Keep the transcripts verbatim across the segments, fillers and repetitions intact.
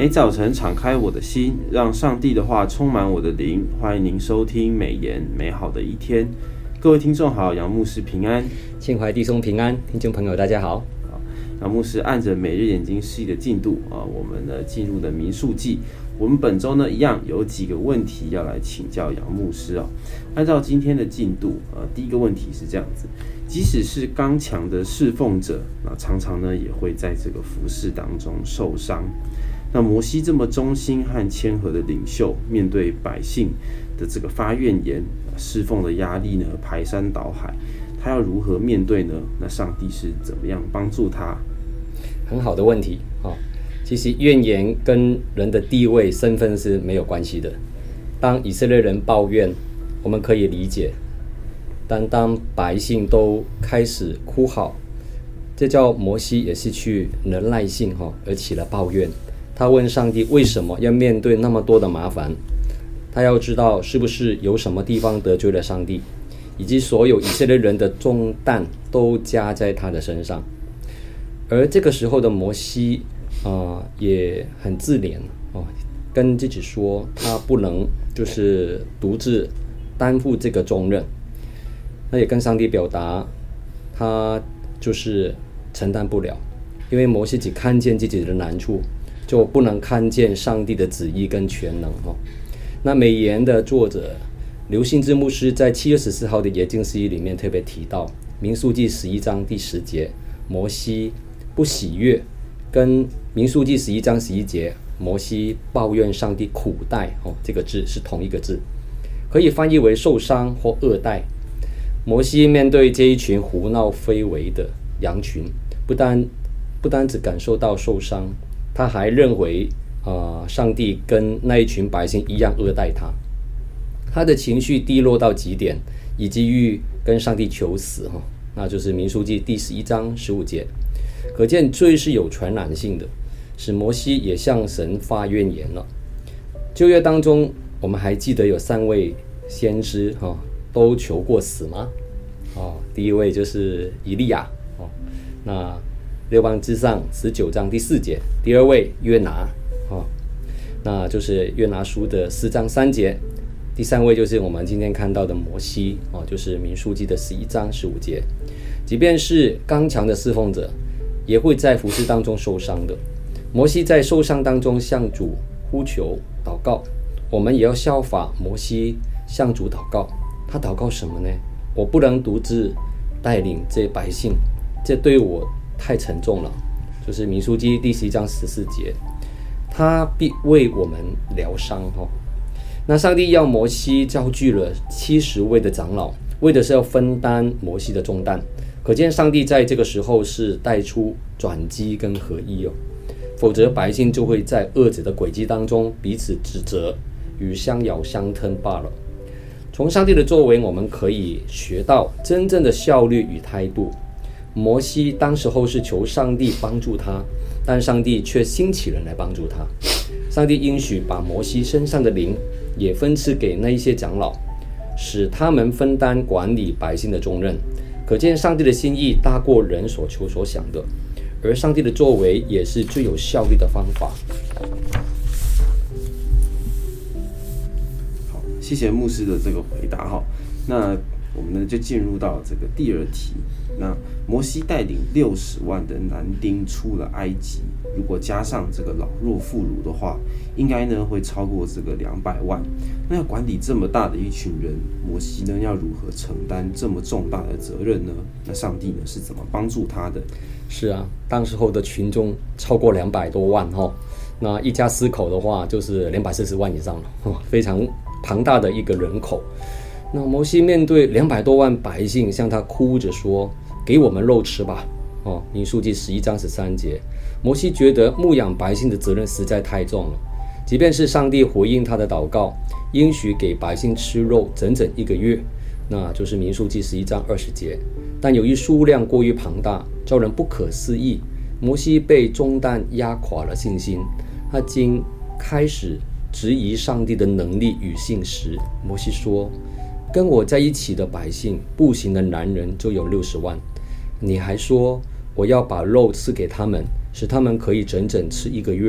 每早晨敞开我的心，让上帝的话充满我的灵。欢迎您收听美言美好的一天。各位听众好，杨牧师平安， 庆怀弟兄平安，听众朋友大家好。 杨牧师按着每日眼睛示意的进度啊，我们呢进入了民数记。我们本周呢一样有几个问题要来请教杨牧师啊。按照今天的进度，呃，第一个问题是这样子：即使是刚强的侍奉者，那常常呢也会在这个服事当中受伤。那摩西这么忠心和谦和的领袖，面对百姓的这个发怨言，侍奉的压力呢排山倒海，他要如何面对呢？那上帝是怎么样帮助他？ 很好的问题哦。其实怨言跟人的地位、身份是没有关系的。当以色列人抱怨，我们可以理解；但当百姓都开始哭嚎，这叫摩西也失去忍耐性哈，而起了抱怨。他问上帝为什么要面对那么多的麻烦？他要知道是不是有什么地方得罪了上帝，以及所有以色列人的重担都加在他的身上。而这个时候的摩西啊、呃，也很自怜哦，跟自己说他不能就是独自担负这个重任。那也跟上帝表达他就是承担不了，因为摩西只看见自己的难处，就不能看见上帝的旨意跟全能哦。那美言的作者刘信之牧师在七月十四号的耶经释义里面特别提到，民数记十一章第十节，摩西不喜悦，跟民数记十一章十一节，摩西抱怨上帝苦待哦，这个字是同一个字，可以翻译为受伤或恶待。摩西面对这一群胡闹非为的羊群，不单不单只感受到受伤，他还认为呃，上帝跟那一群百姓一样恶待他，他的情绪低落到极点，以至于跟上帝求死，那就是民数记第十一章十五节。可见罪是有传染性的，使摩西也向神发怨言了。旧约当中，我们还记得有三位先知、哦、都求过死吗？哦，第一位就是以利亚、哦、那列王之上十九章第四节。第二位约拿、哦、那就是约拿书的四章三节。第三位就是我们今天看到的摩西、哦、就是民数记的十一章十五节。即便是刚强的侍奉者，也会在服事当中受伤的。摩西在受伤当中向主呼求祷告，我们也要效法摩西向主祷告。他祷告什么呢？我不能独自带领这百姓，这对我太沉重了，就是民数记第十一章十四节，他必为我们疗伤、哦、那上帝要摩西召聚了七十位的长老，为的是要分担摩西的重担。可见上帝在这个时候是带出转机跟合一哦，否则百姓就会在恶者的诡计当中彼此指责，与相咬相吞罢了。从上帝的作为，我们可以学到真正的效率与态度。摩西当时候是求上帝帮助他，但上帝却兴起人来帮助他。上帝应许把摩西身上的灵也分赐给那一些长老，使他们分担管理百姓的重任。可见上帝的心意大过人所求所想的，而上帝的作为也是最有效率的方法。 好，谢谢牧师的这个回答哈。那我们呢就进入到这个第二题。那摩西带领六十万的男丁出了埃及，如果加上这个老弱妇孺的话，应该呢会超过这个两百万。那要管理这么大的一群人，摩西呢要如何承担这么重大的责任呢？那上帝呢是怎么帮助他的？ 是啊，当时候的群众超过两百多万哈、哦，那一家四口的话就是两百四十万以上了、哦，非常庞大的一个人口。那摩西面对两百多万百姓，向他哭着说：“给我们肉吃吧。”哦，民数记十一章十三节。摩西觉得牧养百姓的责任实在太重了，即便是上帝回应他的祷告，应许给百姓吃肉整整一个月，那就是民数记十一章二十节。但由于数量过于庞大，叫人不可思议，摩西被重担压垮了信心，他竟开始质疑上帝的能力与信实。摩西说：“跟我在一起的百姓，步行的男人就有六十万，你还说我要把肉赐给他们，使他们可以整整吃一个月，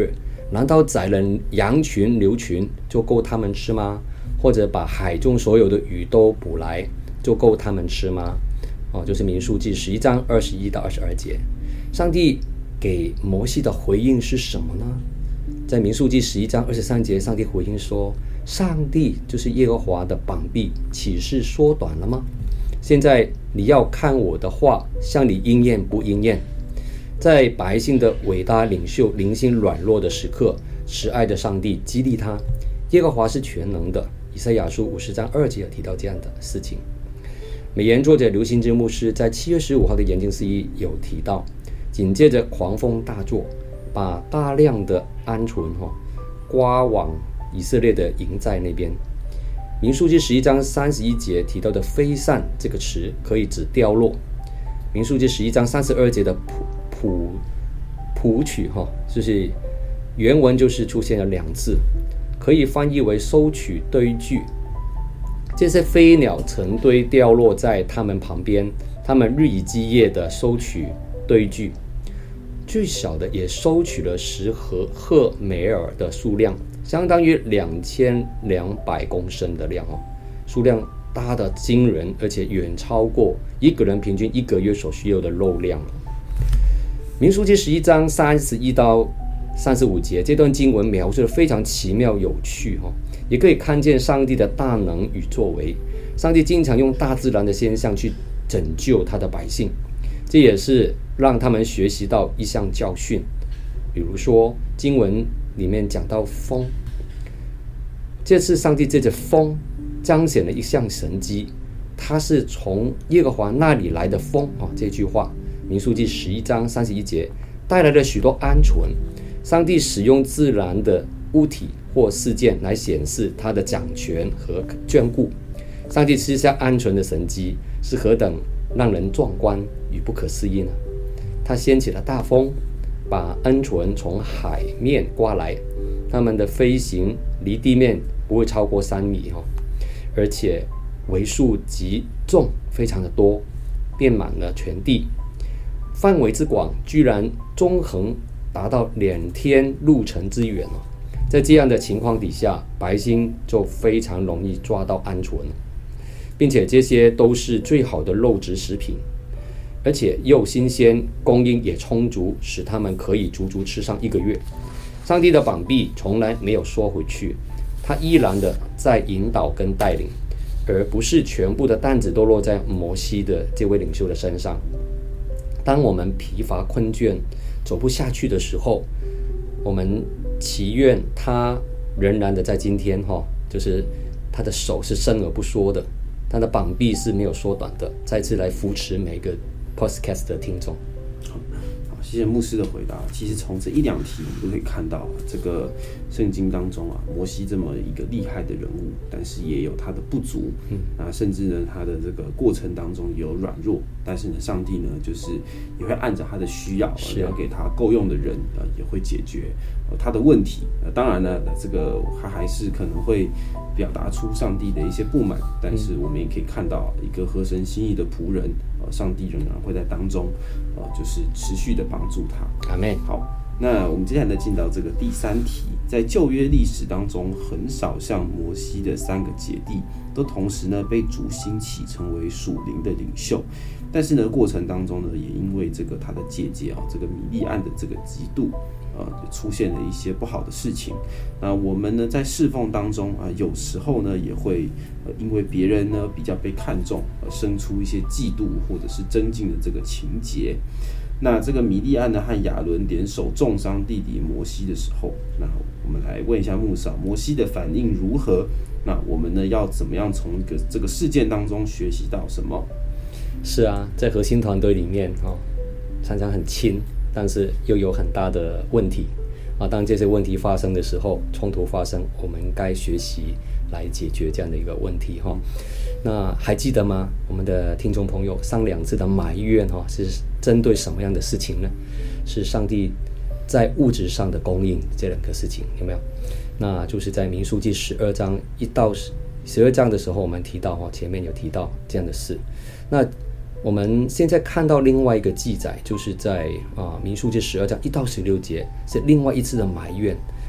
难道宰了羊群牛群就够他们吃吗？或者把海中所有的鱼都捕来就够他们吃吗？哦，就是民数记十一章二十一到二十二节。上帝给摩西的回应是什么呢？在民数记十一章二十三节，上帝回应说，上帝就是耶和华的膀臂岂是缩短了吗？现在你要看我的话向你应验不应验。在百姓的伟大领袖灵性软弱的时刻，慈爱的上帝激励他，耶和华是全能的。以赛亚书五十章二节有提到这样的事情。美言作者刘新之牧师在七月十五号的研经释义有提到，紧接着狂风大作，把大量的鹌鹑、哦、刮往以色列的营寨那边。民数记十一章三十一节提到的飞散这个词可以指掉落。民数记十一章三十二节的谱谱曲、哦、就是原文就是出现了两次，可以翻译为收取堆聚。这些飞鸟成堆掉落在他们旁边，他们日以继夜的收取堆聚，最小的也收取了十赫赫梅尔的数量，相当于两千两百公升的量哦，数量大的惊人，而且远超过一个人平均一个月所需要的肉量。民数记十一章三十一到三十五节，这段经文描述的非常奇妙有趣哦，也可以看见上帝的大能与作为。上帝经常用大自然的现象去拯救他的百姓，这也是让他们学习到一项教训。比如说经文里面讲到风，这次上帝借着风彰显了一项神迹，它是从耶和华那里来的风、哦、这句话民数记十一章三十一节带来了许多鹌鹑。上帝使用自然的物体或事件来显示他的掌权和眷顾。上帝赐下鹌鹑的神迹是何等让人壮观与不可思议呢？他掀起了大风，把鹌鹑从海面刮来，它们的飞行离地面不会超过三米、哦、而且为数极重，非常的多，遍满了全地，范围之广居然纵横达到两天路程之远、哦、在这样的情况底下，百姓就非常容易抓到鹌鹑，并且这些都是最好的肉质食品，而且又新鲜，供应也充足，使他们可以足足吃上一个月。上帝的膀臂从来没有缩回去，他依然的在引导跟带领，而不是全部的担子都落在摩西的这位领袖的身上。当我们疲乏困倦走不下去的时候，我们祈愿他仍然的在今天、哦、就是他的手是伸而不缩的，他的膀臂是没有缩短的，再次来扶持每个 podcast 的听众。 好，谢谢牧师的回答。其实从这一两题我们都可以看到，这个圣经当中啊，摩西这么一个厉害的人物，但是也有他的不足，嗯，啊，甚至呢，他的这个过程当中有软弱，但是呢，上帝呢，就是也会按照他的需要，是要给他够用的人，呃，也会解决、呃、他的问题。呃，当然呢，这个他还是可能会表达出上帝的一些不满，但是我们也可以看到一个合神心意的仆人，呃，上帝仍然会在当中，呃，就是持续的帮助他。 阿们。 好，那我们接下来呢进到这个第三题，在旧约历史当中，很少像摩西的三个姐弟都同时呢被主兴起成为属灵的领袖，但是呢过程当中呢，也因为这个他的姐姐啊，这个米利暗的这个嫉妒。呃，出现了一些不好的事情。那我们呢，在侍奉当中啊、呃，有时候呢，也会呃，因为别人呢比较被看重，而生出一些嫉妒或者是争竞的这个情节。那这个米利暗呢和亚伦联手重伤弟弟摩西的时候，那我们来问一下牧师，摩西的反应如何？那我们呢要怎么样从一个这个事件当中学习到什么？ 是啊，在核心团队里面哦，常常很亲。但是又有很大的问题啊！当这些问题发生的时候，冲突发生，我们该学习来解决这样的一个问题哈。那还记得吗？我们的听众朋友上两次的埋怨哈，是针对什么样的事情呢？是上帝在物质上的供应这两个事情，有没有？那就是在民数记十二章一到十二章的时候，我们提到哈，前面有提到这样的事。那我们现在看到另外一个记载，就是在啊民数记十二章一到十六节，是另外一次的埋怨。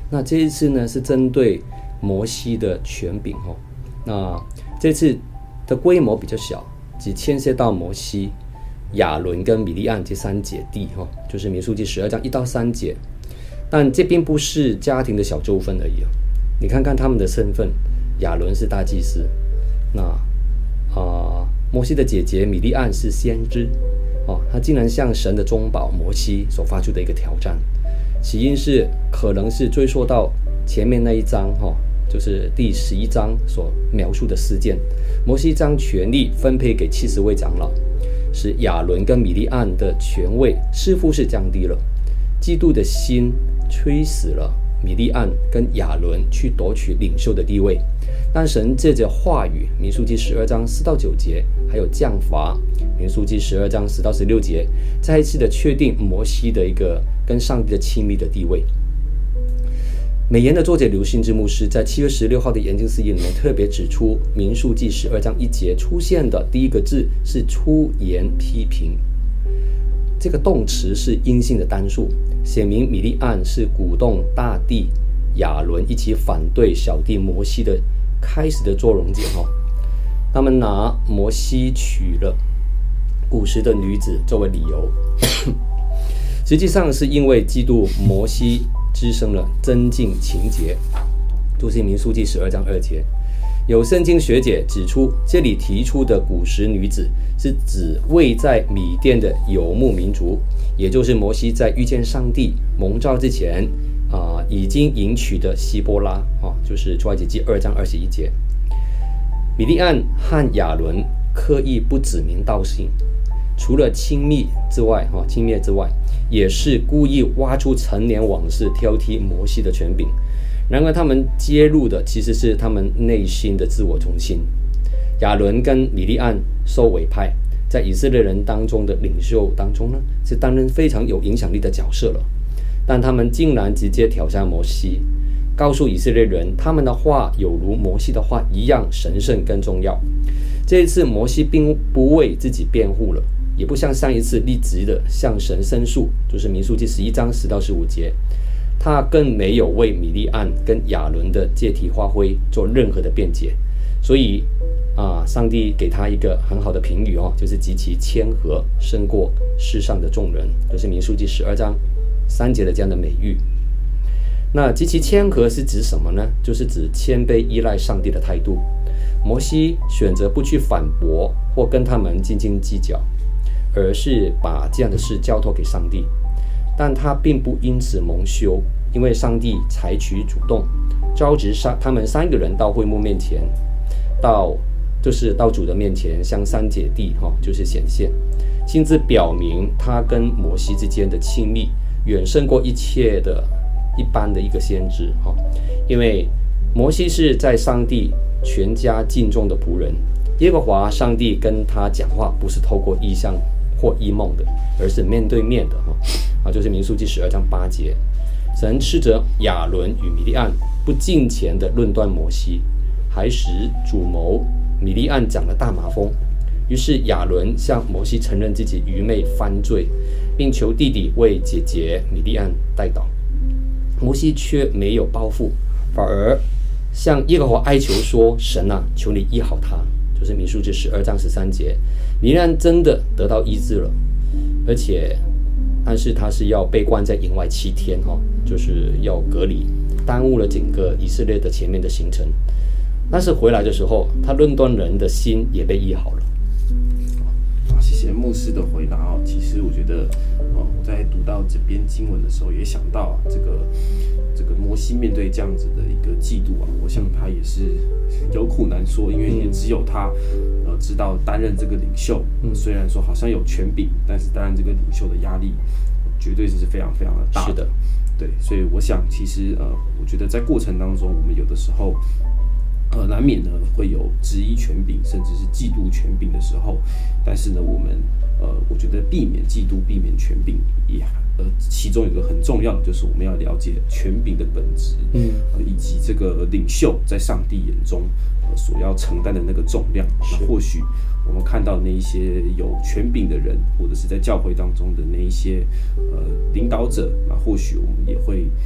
那这一次呢是针对摩西的权柄哦。那这次的规模比较小，只牵涉到摩西、亚伦跟米利暗这三姐弟哈，就是民数记十二章一到三节。但这并不是家庭的小纠纷而已。你看看他们的身份，亚伦是大祭司，那啊、呃、摩西的姐姐米利暗是先知哦，他竟然向神的中保摩西所发出的一个挑战。起因是可能是追溯到前面那一章哈、哦，就是第十一章所描述的事件。摩西将权力分配给七十位长老，使亚伦跟米利暗的权位似乎是降低了。嫉妒的心催使了米利暗跟亚伦去夺取领袖的地位，但神借着话语，民数记十二章四到九节，还有降罚，民数记十二章十到十六节，再一次的确定摩西的一个跟上帝的亲密的地位。美言的作者刘信之牧师在七月十六号的研经释义里面特别指出，民数记十二章一节出现的第一个字是出言批评，这个动词是阴性的单数，显明米利暗是鼓动大弟亚伦一起反对小弟摩西的开始的作溶解。他们拿摩西娶了古时的女子作为理由，实际上是因为嫉妒摩西滋生了增进情节。注释民数记十二章二节，有圣经学者指出，这里提出的古时女子是指位在米甸的游牧民族，也就是摩西在遇见上帝蒙召之前、呃、已经迎娶的希波拉、哦、就是出埃及记二章二十一节。米利暗和亚伦刻意不指名道姓，除了轻蔑之外、哦、轻蔑之外，也是故意挖出陈年往事，挑剔摩西的权柄。然而他们揭露的其实是他们内心的自我中心。亚伦跟米利暗受委派，在以色列人当中的领袖当中呢，是担任非常有影响力的角色了，但他们竟然直接挑战摩西，告诉以色列人他们的话有如摩西的话一样神圣更重要。这一次摩西并不为自己辩护了，也不像上一次立即的向神申诉，就是民数记十一章十到十五节，他更没有为米利暗跟亚伦的借题发挥做任何的辩解。所以啊，上帝给他一个很好的评语哦，就是极其谦和，胜过世上的众人，就是民数记十二章三节的这样的美誉。那极其谦和是指什么呢？就是指谦卑依赖上帝的态度。摩西选择不去反驳或跟他们斤斤计较，而是把这样的事交托给上帝。但他并不因此蒙羞，因为上帝采取主动，召集他们三个人到会幕面前，到就是到主的面前，向三姐弟、哦、就是显现，亲自表明他跟摩西之间的亲密远胜过一切的一般的一个先知、哦、因为摩西是在上帝全家敬重的仆人，耶和华上帝跟他讲话不是透过异象或异梦的，而是面对面的、哦啊、就是民数记十二章八节，神斥责亚伦与米利暗不敬虔的论断摩西，还使主谋米利暗长了大麻风。于是亚伦向摩西承认自己愚昧犯罪，并求弟弟为姐姐米利暗代祷。摩西却没有报复，反而向耶和华哀求说：神啊，求你医好他。就是民数记十二章十三节，米利暗真的得到医治了，而且但是他是要被关在营外七天、哦、就是要隔离，耽误了整个以色列的前面的行程。但是回来的时候，他论断人的心也被医好了。 谢谢牧师的回答哦。其实我觉得，哦，我在读到这边经文的时候，也想到、啊、这个这个摩西面对这样子的一个嫉妒啊，我想他也是有苦难说，因为也只有他呃知道担任这个领袖、呃，虽然说好像有权柄，但是担任这个领袖的压力绝对是非常非常的大的。 是的， 对，所以我想其实呃，我觉得在过程当中，我们有的时候。呃，难免呢会有质疑权柄，甚至是嫉妒权柄的时候，但是呢，我们呃，我觉得避免嫉妒、避免权柄也呃，其中有一个很重要的，就是我们要了解权柄的本质，嗯、呃，以及这个领袖在上帝眼中呃所要承担的那个重量。那或许我们看到那一些有权柄的人，或者是在教会当中的那一些呃领导者，那或许我们也会呃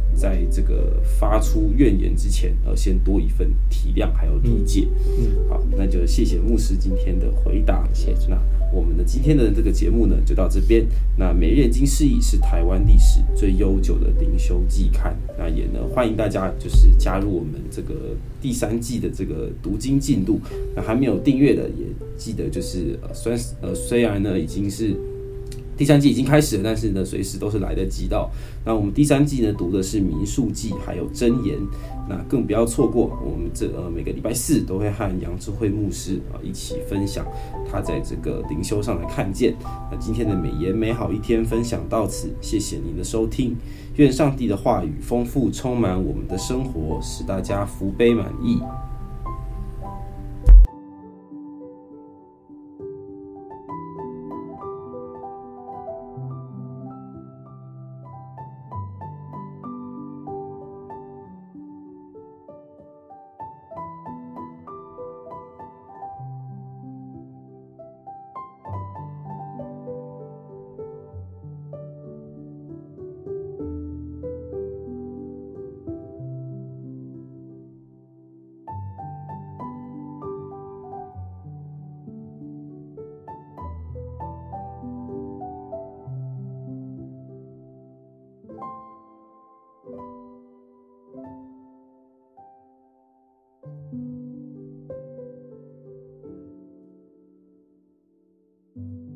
在这个发出怨言之前，呃，先多一份体谅还有理解。嗯，好，那就谢谢牧师今天的回答。 谢谢。 那我们的今天的这个节目呢，就到这边。那每日研经释义是台湾历史最悠久的灵修季刊，那也呢欢迎大家就是加入我们这个第三季的这个读经进度。那还没有订阅的也记得就是呃虽然呃虽然呢已经是第三季已经开始了，但是呢随时都是来得及到。那我们第三季呢读的是民数记还有箴言，那更不要错过我们这呃每个礼拜四都会和杨智慧牧师啊一起分享他在这个灵修上的看见。那今天的美言美好一天分享到此，谢谢您的收听。愿上帝的话语丰富充满我们的生活，使大家福杯满溢。嗯。